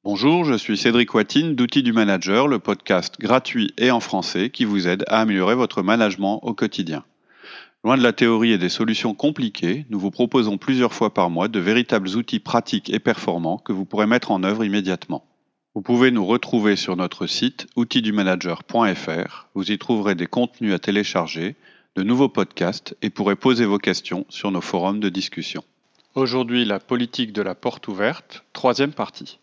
Bonjour, je suis Cédric Watine d'Outils du Manager, le podcast gratuit et en français qui vous aide à améliorer votre management au quotidien. Loin de la théorie et des solutions compliquées, nous vous proposons plusieurs fois par mois de véritables outils pratiques et performants que vous pourrez mettre en œuvre immédiatement. Vous pouvez nous retrouver sur notre site outildumanager.fr. Vous y trouverez des contenus à télécharger, de nouveaux podcasts et pourrez poser vos questions sur nos forums de discussion. Aujourd'hui, la politique de la porte ouverte, troisième partie.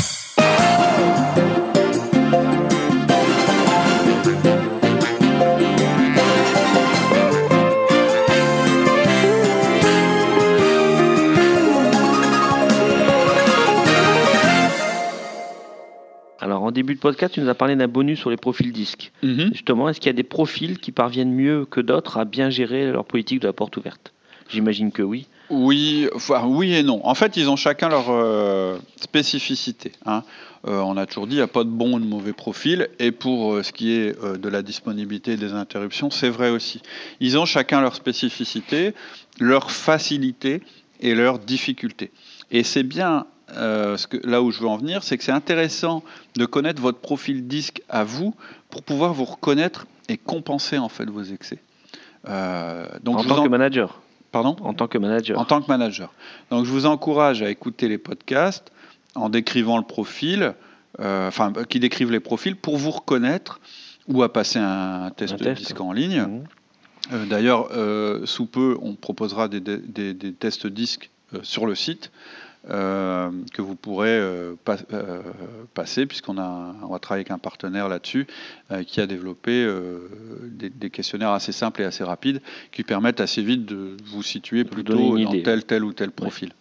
Alors, en début de podcast, tu nous as parlé d'un bonus sur les profils disques. Justement, est-ce qu'il y a des profils qui parviennent mieux que d'autres à bien gérer leur politique de la porte ouverte ? J'imagine que oui. Oui et non. En fait, ils ont chacun leur spécificité. On a toujours dit, il n'y a pas de bon ou de mauvais profil. Et pour ce qui est de la disponibilité et des interruptions, c'est vrai aussi. Ils ont chacun leur spécificité, leur facilité et leurs difficultés. Et c'est bien... là où je veux en venir, c'est que c'est intéressant de connaître votre profil disque à vous pour pouvoir vous reconnaître et compenser en fait vos excès. Donc en tant que manager. Pardon ? En tant que manager. En tant que manager. Donc je vous encourage à écouter les podcasts en décrivant le profil, qui décrivent les profils pour vous reconnaître ou à passer un test disque en ligne. D'ailleurs, sous peu, on proposera des tests disques sur le site. Que vous pourrez passer, puisqu'on va travailler avec un partenaire là-dessus qui a développé des questionnaires assez simples et assez rapides qui permettent assez vite de vous situer plutôt dans tel ou tel profil.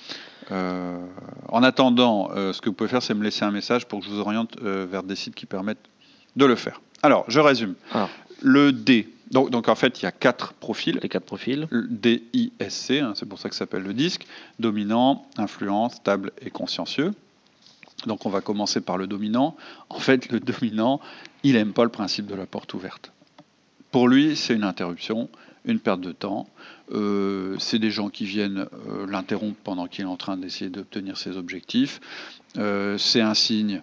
En attendant, ce que vous pouvez faire, c'est me laisser un message pour que je vous oriente vers des sites qui permettent de le faire. Alors, je résume. Le D. Donc en fait, il y a 4 profils. Les 4 profils. DISC, c'est pour ça que ça s'appelle le disque. Dominant, influent, stable et consciencieux. Donc on va commencer par le dominant. En fait, le dominant, il n'aime pas le principe de la porte ouverte. Pour lui, c'est une interruption, une perte de temps. C'est des gens qui viennent l'interrompre pendant qu'il est en train d'essayer d'obtenir ses objectifs. C'est un signe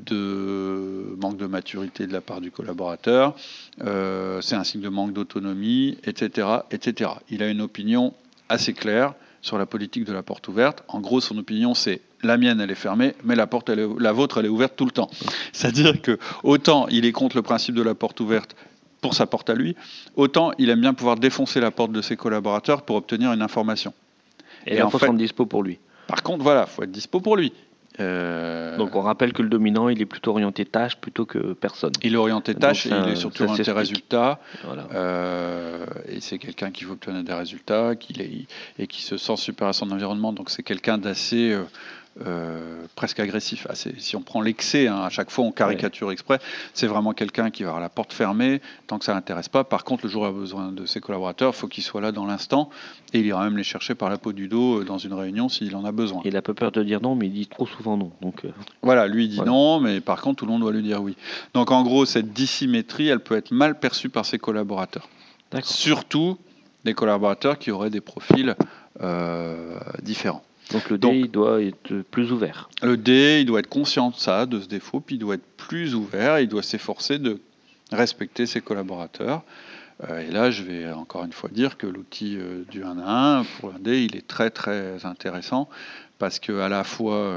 de manque de maturité de la part du collaborateur, c'est un signe de manque d'autonomie, etc., etc. Il a une opinion assez claire sur la politique de la porte ouverte. En gros, son opinion, c'est la mienne, elle est fermée, mais la vôtre, elle est ouverte tout le temps. C'est-à-dire que autant il est contre le principe de la porte ouverte pour sa porte à lui, autant il aime bien pouvoir défoncer la porte de ses collaborateurs pour obtenir une information. Et là, il faut se rendre dispo pour lui. Par contre, voilà, il faut être dispo pour lui. Donc on rappelle que le dominant, il est plutôt orienté tâche plutôt que personne. Il est orienté tâche et il est surtout orienté résultat. Voilà. Et c'est quelqu'un qui veut obtenir des résultats et qui se sent supérieur à son environnement. Donc c'est quelqu'un d'assez presque agressif. Si on prend l'excès, à chaque fois on caricature exprès, c'est vraiment quelqu'un qui va avoir la porte fermée tant que ça ne l'intéresse pas. Par contre, le jour où il a besoin de ses collaborateurs, il faut qu'il soit là dans l'instant et il ira même les chercher par la peau du dos dans une réunion s'il en a besoin. Il a pas peur de dire non, mais il dit trop souvent non. Donc, Voilà, lui il dit non, mais par contre tout le monde doit lui dire oui. Donc en gros, cette dissymétrie, elle peut être mal perçue par ses collaborateurs. D'accord. Surtout des collaborateurs qui auraient des profils différents. Donc le D, il doit être plus ouvert. Le D, il doit être conscient de ça, de ce défaut, puis il doit être plus ouvert, il doit s'efforcer de respecter ses collaborateurs. Et là, je vais encore une fois dire que l'outil du 1 à 1, pour un D, il est très très intéressant, parce qu'à la fois,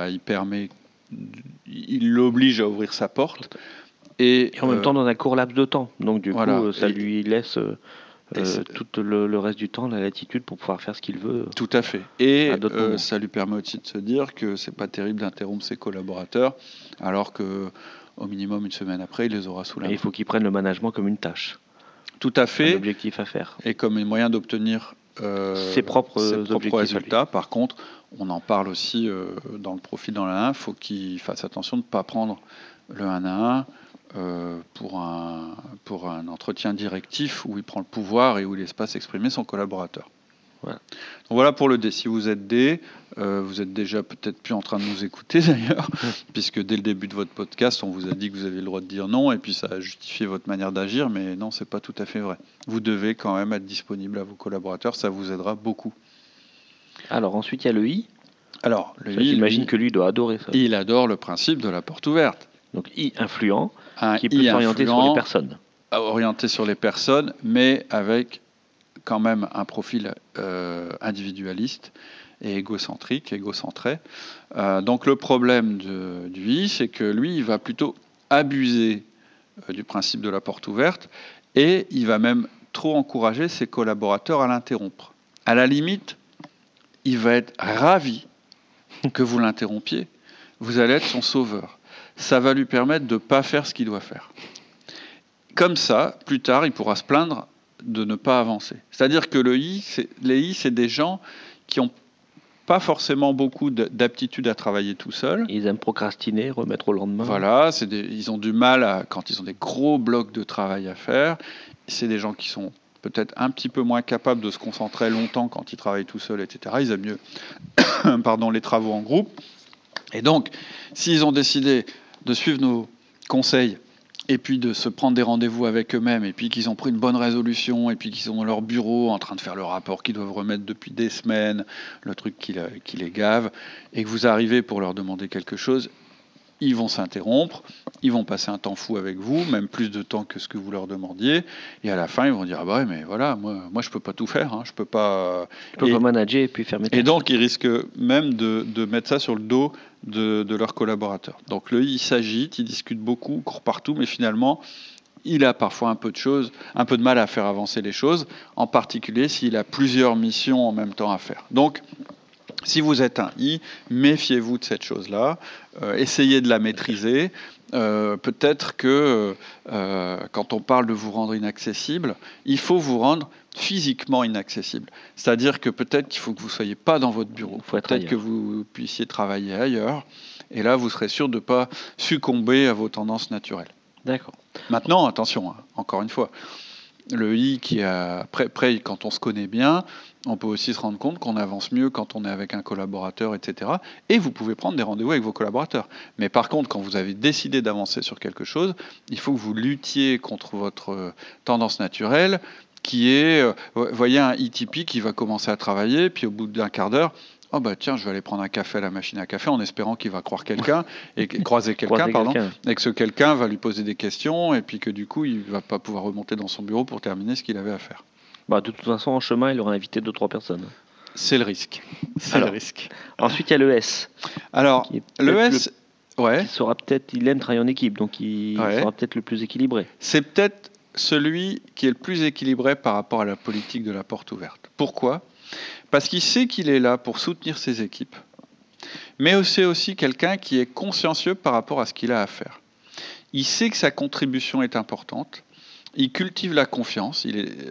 il l'oblige à ouvrir sa porte. Et en même temps, dans un court laps de temps. Donc du coup, ça lui laisse... tout le reste du temps, la latitude pour pouvoir faire ce qu'il veut. Tout à fait. Et ça lui permet aussi de se dire que c'est pas terrible d'interrompre ses collaborateurs, alors que au minimum une semaine après, il les aura sous la main. Il faut qu'il prenne le management comme une tâche. Tout à fait. Un objectif à faire. Et comme un moyen d'obtenir ses propres résultats. Par contre, on en parle aussi dans le profil dans la 1, il faut qu'il fasse attention de ne pas prendre le 1 à 1 pour un entretien directif où il prend le pouvoir et où il laisse pas s'exprimer son collaborateur. Voilà. Donc voilà pour le D. Si vous êtes D, vous êtes déjà peut-être plus en train de nous écouter d'ailleurs, puisque dès le début de votre podcast, on vous a dit que vous aviez le droit de dire non, et puis ça a justifié votre manière d'agir, mais non, c'est pas tout à fait vrai. Vous devez quand même être disponible à vos collaborateurs, ça vous aidera beaucoup. Alors ensuite, il y a le I. Alors, j'imagine que lui doit adorer ça. Il adore le principe de la porte ouverte. Donc, I influent, qui est plus orienté sur les personnes. Orienté sur les personnes, mais avec quand même un profil individualiste et égocentré. Donc le problème du I, c'est que lui, il va plutôt abuser du principe de la porte ouverte et il va même trop encourager ses collaborateurs à l'interrompre. À la limite, il va être ravi que vous l'interrompiez. Vous allez être son sauveur. Ça va lui permettre de ne pas faire ce qu'il doit faire. Comme ça, plus tard, il pourra se plaindre de ne pas avancer. C'est-à-dire que les I, c'est des gens qui n'ont pas forcément beaucoup d'aptitude à travailler tout seuls. Ils aiment procrastiner, remettre au lendemain. Voilà, ils ont du mal quand ils ont des gros blocs de travail à faire. C'est des gens qui sont peut-être un petit peu moins capables de se concentrer longtemps quand ils travaillent tout seuls, etc. Ils aiment mieux les travaux en groupe. Et donc, s'ils ont décidé de suivre nos conseils et puis de se prendre des rendez-vous avec eux-mêmes, et puis qu'ils ont pris une bonne résolution, et puis qu'ils sont dans leur bureau en train de faire le rapport qu'ils doivent remettre depuis des semaines, le truc qui les gave, et que vous arrivez pour leur demander quelque chose, ils vont s'interrompre, ils vont passer un temps fou avec vous, même plus de temps que ce que vous leur demandiez, et à la fin, ils vont dire « Ah bah ouais, mais voilà, moi je peux pas tout faire, je peux pas... » Je peux pas manager et puis faire mes tâches. Et donc, ils risquent même de mettre ça sur le dos de leurs collaborateurs. Donc, il s'agite, il discute beaucoup, court partout, mais finalement, il a parfois un peu de mal à faire avancer les choses, en particulier s'il a plusieurs missions en même temps à faire. Donc, si vous êtes un I, méfiez-vous de cette chose-là, essayez de la maîtriser. Peut-être que quand on parle de vous rendre inaccessible, il faut vous rendre physiquement inaccessible. C'est-à-dire que peut-être qu'il faut que vous ne soyez pas dans votre bureau, peut-être que vous puissiez travailler ailleurs, et là vous serez sûr de ne pas succomber à vos tendances naturelles. D'accord. Maintenant, attention, encore une fois, le I qui après, quand on se connaît bien, on peut aussi se rendre compte qu'on avance mieux quand on est avec un collaborateur, etc. Et vous pouvez prendre des rendez-vous avec vos collaborateurs. Mais par contre, quand vous avez décidé d'avancer sur quelque chose, il faut que vous luttiez contre votre tendance naturelle, qui est, voyez, un I-typique qui va commencer à travailler, puis au bout d'un quart d'heure, oh bah tiens, je vais aller prendre un café à la machine à café en espérant qu'il va croiser quelqu'un, et que ce quelqu'un va lui poser des questions, et puis que du coup, il va pas pouvoir remonter dans son bureau pour terminer ce qu'il avait à faire. Bah, de toute façon, en chemin, il aurait invité 2-3 personnes. C'est le risque. Le risque. Ensuite, il y a le S. Alors, le S, il aime travailler en équipe, donc il sera peut-être le plus équilibré. C'est peut-être celui qui est le plus équilibré par rapport à la politique de la porte ouverte. Pourquoi ? Parce qu'il sait qu'il est là pour soutenir ses équipes, mais c'est aussi quelqu'un qui est consciencieux par rapport à ce qu'il a à faire. Il sait que sa contribution est importante, il cultive la confiance,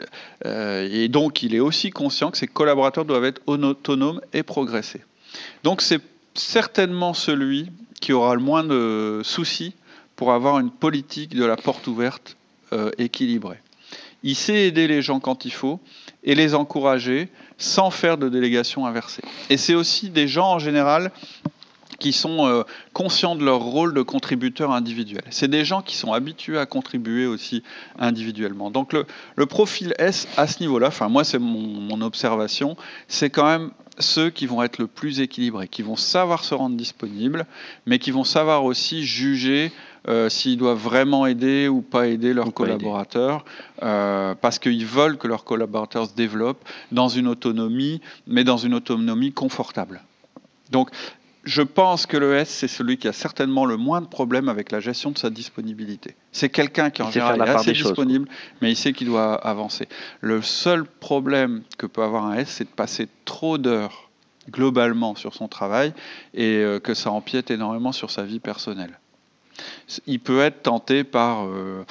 et donc il est aussi conscient que ses collaborateurs doivent être autonomes et progresser. Donc c'est certainement celui qui aura le moins de soucis pour avoir une politique de la porte ouverte équilibrée. Il sait aider les gens quand il faut et les encourager sans faire de délégation inversée. Et c'est aussi des gens en général qui sont conscients de leur rôle de contributeur individuel. C'est des gens qui sont habitués à contribuer aussi individuellement. Donc le profil S à ce niveau-là, enfin moi c'est mon observation, c'est quand même ceux qui vont être le plus équilibrés, qui vont savoir se rendre disponibles, mais qui vont savoir aussi juger s'ils doivent vraiment aider ou pas aider leurs collaborateurs, parce qu'ils veulent que leurs collaborateurs se développent dans une autonomie, mais dans une autonomie confortable. Donc, je pense que le S, c'est celui qui a certainement le moins de problèmes avec la gestion de sa disponibilité. C'est quelqu'un qui, en général, est assez disponible, mais il sait qu'il doit avancer. Le seul problème que peut avoir un S, c'est de passer trop d'heures globalement sur son travail et que ça empiète énormément sur sa vie personnelle. Il peut être tenté par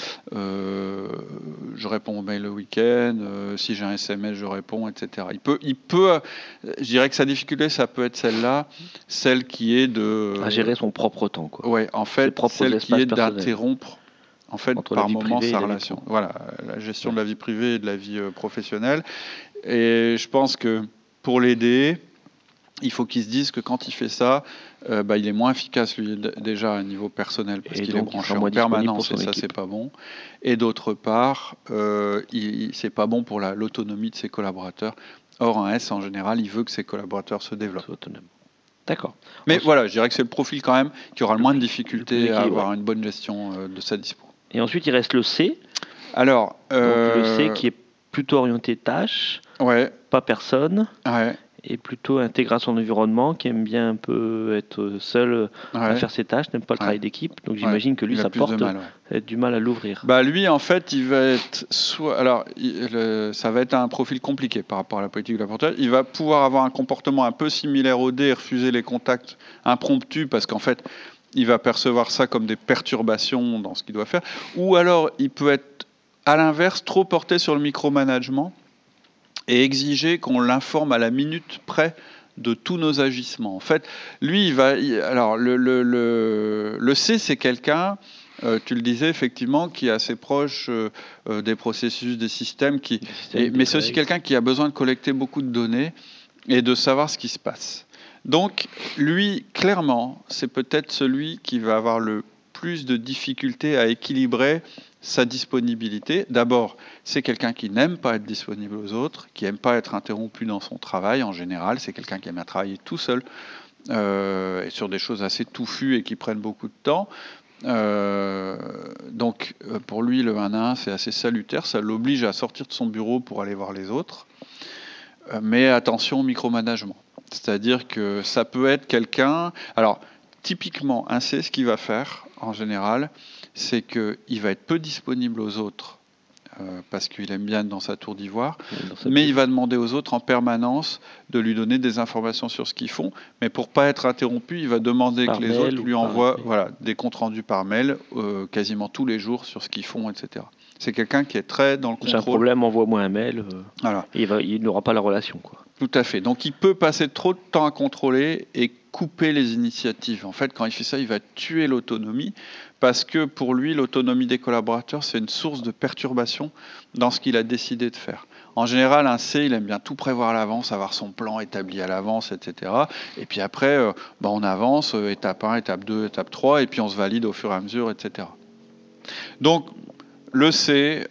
je réponds aux mails le week-end, si j'ai un SMS je réponds, etc. Il peut, je dirais que sa difficulté ça peut être celle-là, celle qui est de gérer son propre temps, quoi. Ouais, en fait, celle qui est d'interrompre en fait par moment sa relation. Voilà, la gestion de la vie privée et de la vie professionnelle. Et je pense que pour l'aider, il faut qu'il se dise que quand il fait ça, il est moins efficace lui déjà à niveau personnel parce qu'il est branché en permanence et ça c'est pas bon. Et d'autre part, c'est pas bon pour l'autonomie de ses collaborateurs. Or un S en général, il veut que ses collaborateurs se développent. D'accord. Mais voilà, je dirais que c'est le profil quand même qui aura le moins de difficultés à avoir une bonne gestion de sa dispo. Et ensuite, il reste le C. Alors, donc, le C qui est plutôt orienté tâche, pas personne, et plutôt intégrer son environnement, qui aime bien un peu être seul à faire ses tâches, n'aime pas le travail d'équipe. Donc j'imagine que lui, ça porte du mal à l'ouvrir. Lui, en fait, il va être ça va être un profil compliqué par rapport à la politique de la porte-ouverte. Il va pouvoir avoir un comportement un peu similaire au D, refuser les contacts impromptus, parce qu'en fait, il va percevoir ça comme des perturbations dans ce qu'il doit faire. Ou alors, il peut être, à l'inverse, trop porté sur le micromanagement et exiger qu'on l'informe à la minute près de tous nos agissements. En fait, lui, alors, le C, c'est quelqu'un, tu le disais effectivement, qui est assez proche des processus, des systèmes, mais c'est aussi quelqu'un qui a besoin de collecter beaucoup de données et de savoir ce qui se passe. Donc, lui, clairement, c'est peut-être celui qui va avoir le plus de difficultés à équilibrer sa disponibilité. D'abord, c'est quelqu'un qui n'aime pas être disponible aux autres, qui n'aime pas être interrompu dans son travail en général. C'est quelqu'un qui aime bien travailler tout seul et sur des choses assez touffues et qui prennent beaucoup de temps. Donc, pour lui, le 1 à 1, c'est assez salutaire. Ça l'oblige à sortir de son bureau pour aller voir les autres. Mais attention au micromanagement. C'est-à-dire que ça peut être quelqu'un... Alors, typiquement, un C, ce qu'il va faire, en général, c'est qu'il va être peu disponible aux autres parce qu'il aime bien être dans sa tour d'ivoire, mais il va demander aux autres en permanence de lui donner des informations sur ce qu'ils font, mais pour ne pas être interrompu, il va demander que les autres lui envoient des comptes rendus par mail quasiment tous les jours sur ce qu'ils font, etc. C'est quelqu'un qui est très dans le contrôle. J'ai un problème, envoie-moi un mail. Il n'aura pas la relation, quoi. Tout à fait. Donc il peut passer trop de temps à contrôler et couper les initiatives. En fait, quand il fait ça, il va tuer l'autonomie parce que pour lui, l'autonomie des collaborateurs, c'est une source de perturbation dans ce qu'il a décidé de faire. En général, un C, il aime bien tout prévoir à l'avance, avoir son plan établi à l'avance, etc. Et puis après, on avance, étape 1, étape 2, étape 3, et puis on se valide au fur et à mesure, etc. Donc, le C,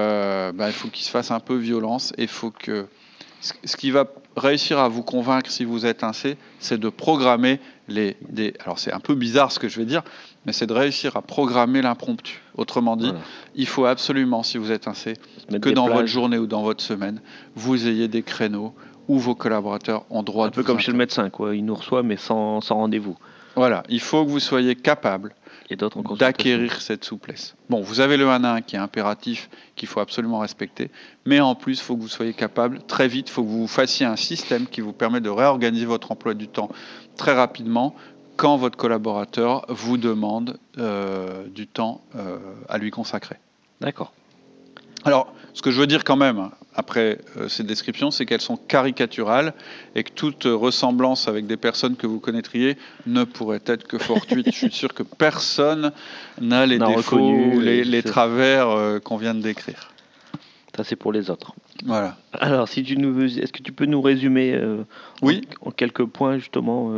il faut qu'il se fasse un peu violence et il faut que... Ce qui va réussir à vous convaincre si vous êtes un C, c'est de programmer alors c'est un peu bizarre ce que je vais dire, mais c'est de réussir à programmer l'impromptu. Autrement dit, il faut absolument, si vous êtes un C, que dans votre journée ou dans votre semaine, vous ayez des créneaux où vos collaborateurs ont droit de... Un peu comme chez le médecin, quoi. Il nous reçoit, mais sans rendez-vous. Voilà, il faut que vous soyez capable d'acquérir cette souplesse. Bon, vous avez le 1 à 1 qui est impératif, qu'il faut absolument respecter, mais en plus, il faut que vous soyez capable, très vite, il faut que vous fassiez un système qui vous permet de réorganiser votre emploi du temps très rapidement quand votre collaborateur vous demande du temps à lui consacrer. D'accord. Alors, ce que je veux dire quand même, après ces descriptions, c'est qu'elles sont caricaturales et que toute ressemblance avec des personnes que vous connaîtriez ne pourrait être que fortuite. Je suis sûr que personne n'a les défauts ou les travers qu'on vient de décrire. Ça, c'est pour les autres. Voilà. Alors, est-ce que tu peux nous résumer en quelques points, justement,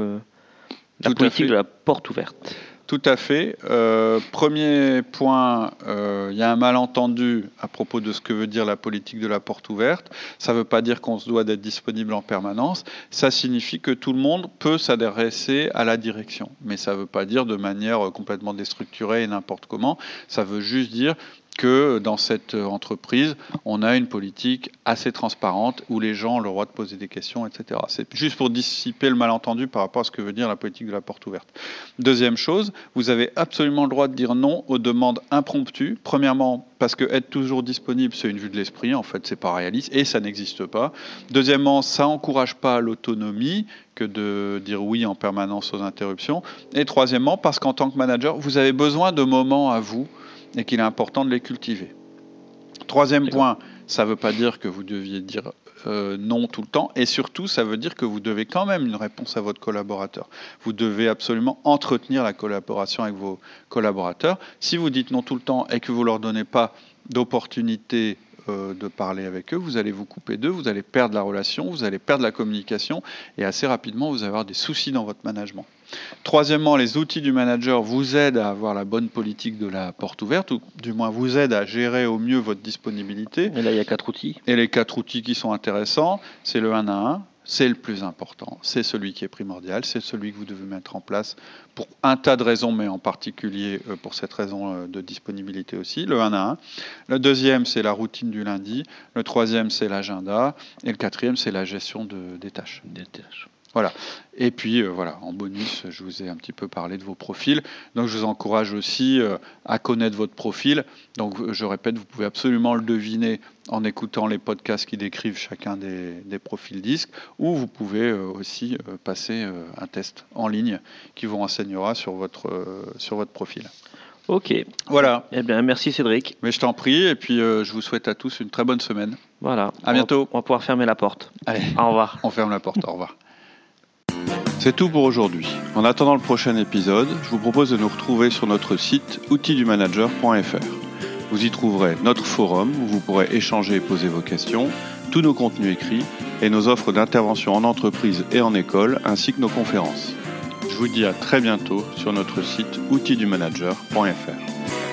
la politique de la porte ouverte ? Tout à fait. Premier point, il y a un malentendu à propos de ce que veut dire la politique de la porte ouverte. Ça ne veut pas dire qu'on se doit d'être disponible en permanence. Ça signifie que tout le monde peut s'adresser à la direction. Mais ça ne veut pas dire de manière complètement déstructurée et n'importe comment. Ça veut juste dire que dans cette entreprise, on a une politique assez transparente où les gens ont le droit de poser des questions, etc. C'est juste pour dissiper le malentendu par rapport à ce que veut dire la politique de la porte ouverte. Deuxième chose, vous avez absolument le droit de dire non aux demandes impromptues. Premièrement, parce que être toujours disponible, c'est une vue de l'esprit, en fait, c'est pas réaliste et ça n'existe pas. Deuxièmement, ça n'encourage pas l'autonomie que de dire oui en permanence aux interruptions. Et troisièmement, parce qu'en tant que manager, vous avez besoin de moments à vous et qu'il est important de les cultiver. Troisième point, ça ne veut pas dire que vous deviez dire non tout le temps, et surtout, ça veut dire que vous devez quand même une réponse à votre collaborateur. Vous devez absolument entretenir la collaboration avec vos collaborateurs. Si vous dites non tout le temps et que vous ne leur donnez pas d'opportunité de parler avec eux, vous allez vous couper d'eux, vous allez perdre la relation, vous allez perdre la communication, et assez rapidement, vous allez avoir des soucis dans votre management. Troisièmement, les outils du manager vous aident à avoir la bonne politique de la porte ouverte, ou du moins vous aident à gérer au mieux votre disponibilité. Et là, il y a 4 outils. Et les 4 outils qui sont intéressants, c'est le 1 à 1, c'est le plus important, c'est celui qui est primordial, c'est celui que vous devez mettre en place pour un tas de raisons, mais en particulier pour cette raison de disponibilité aussi, le 1 à 1. Le deuxième, c'est la routine du lundi. Le troisième, c'est l'agenda. Et le quatrième, c'est la gestion des tâches. Voilà. Et puis, en bonus, je vous ai un petit peu parlé de vos profils. Donc, je vous encourage aussi à connaître votre profil. Donc, je répète, vous pouvez absolument le deviner en écoutant les podcasts qui décrivent chacun des profils disques, ou vous pouvez aussi passer un test en ligne qui vous renseignera sur votre profil. Ok. Voilà. Eh bien, merci Cédric. Mais je t'en prie, et puis je vous souhaite à tous une très bonne semaine. Voilà. À bientôt. On va pouvoir fermer la porte. Allez. Au revoir. On ferme la porte. Au revoir. C'est tout pour aujourd'hui. En attendant le prochain épisode, je vous propose de nous retrouver sur notre site outildumanager.fr. Vous y trouverez notre forum où vous pourrez échanger et poser vos questions, tous nos contenus écrits et nos offres d'intervention en entreprise et en école, ainsi que nos conférences. Je vous dis à très bientôt sur notre site outildumanager.fr.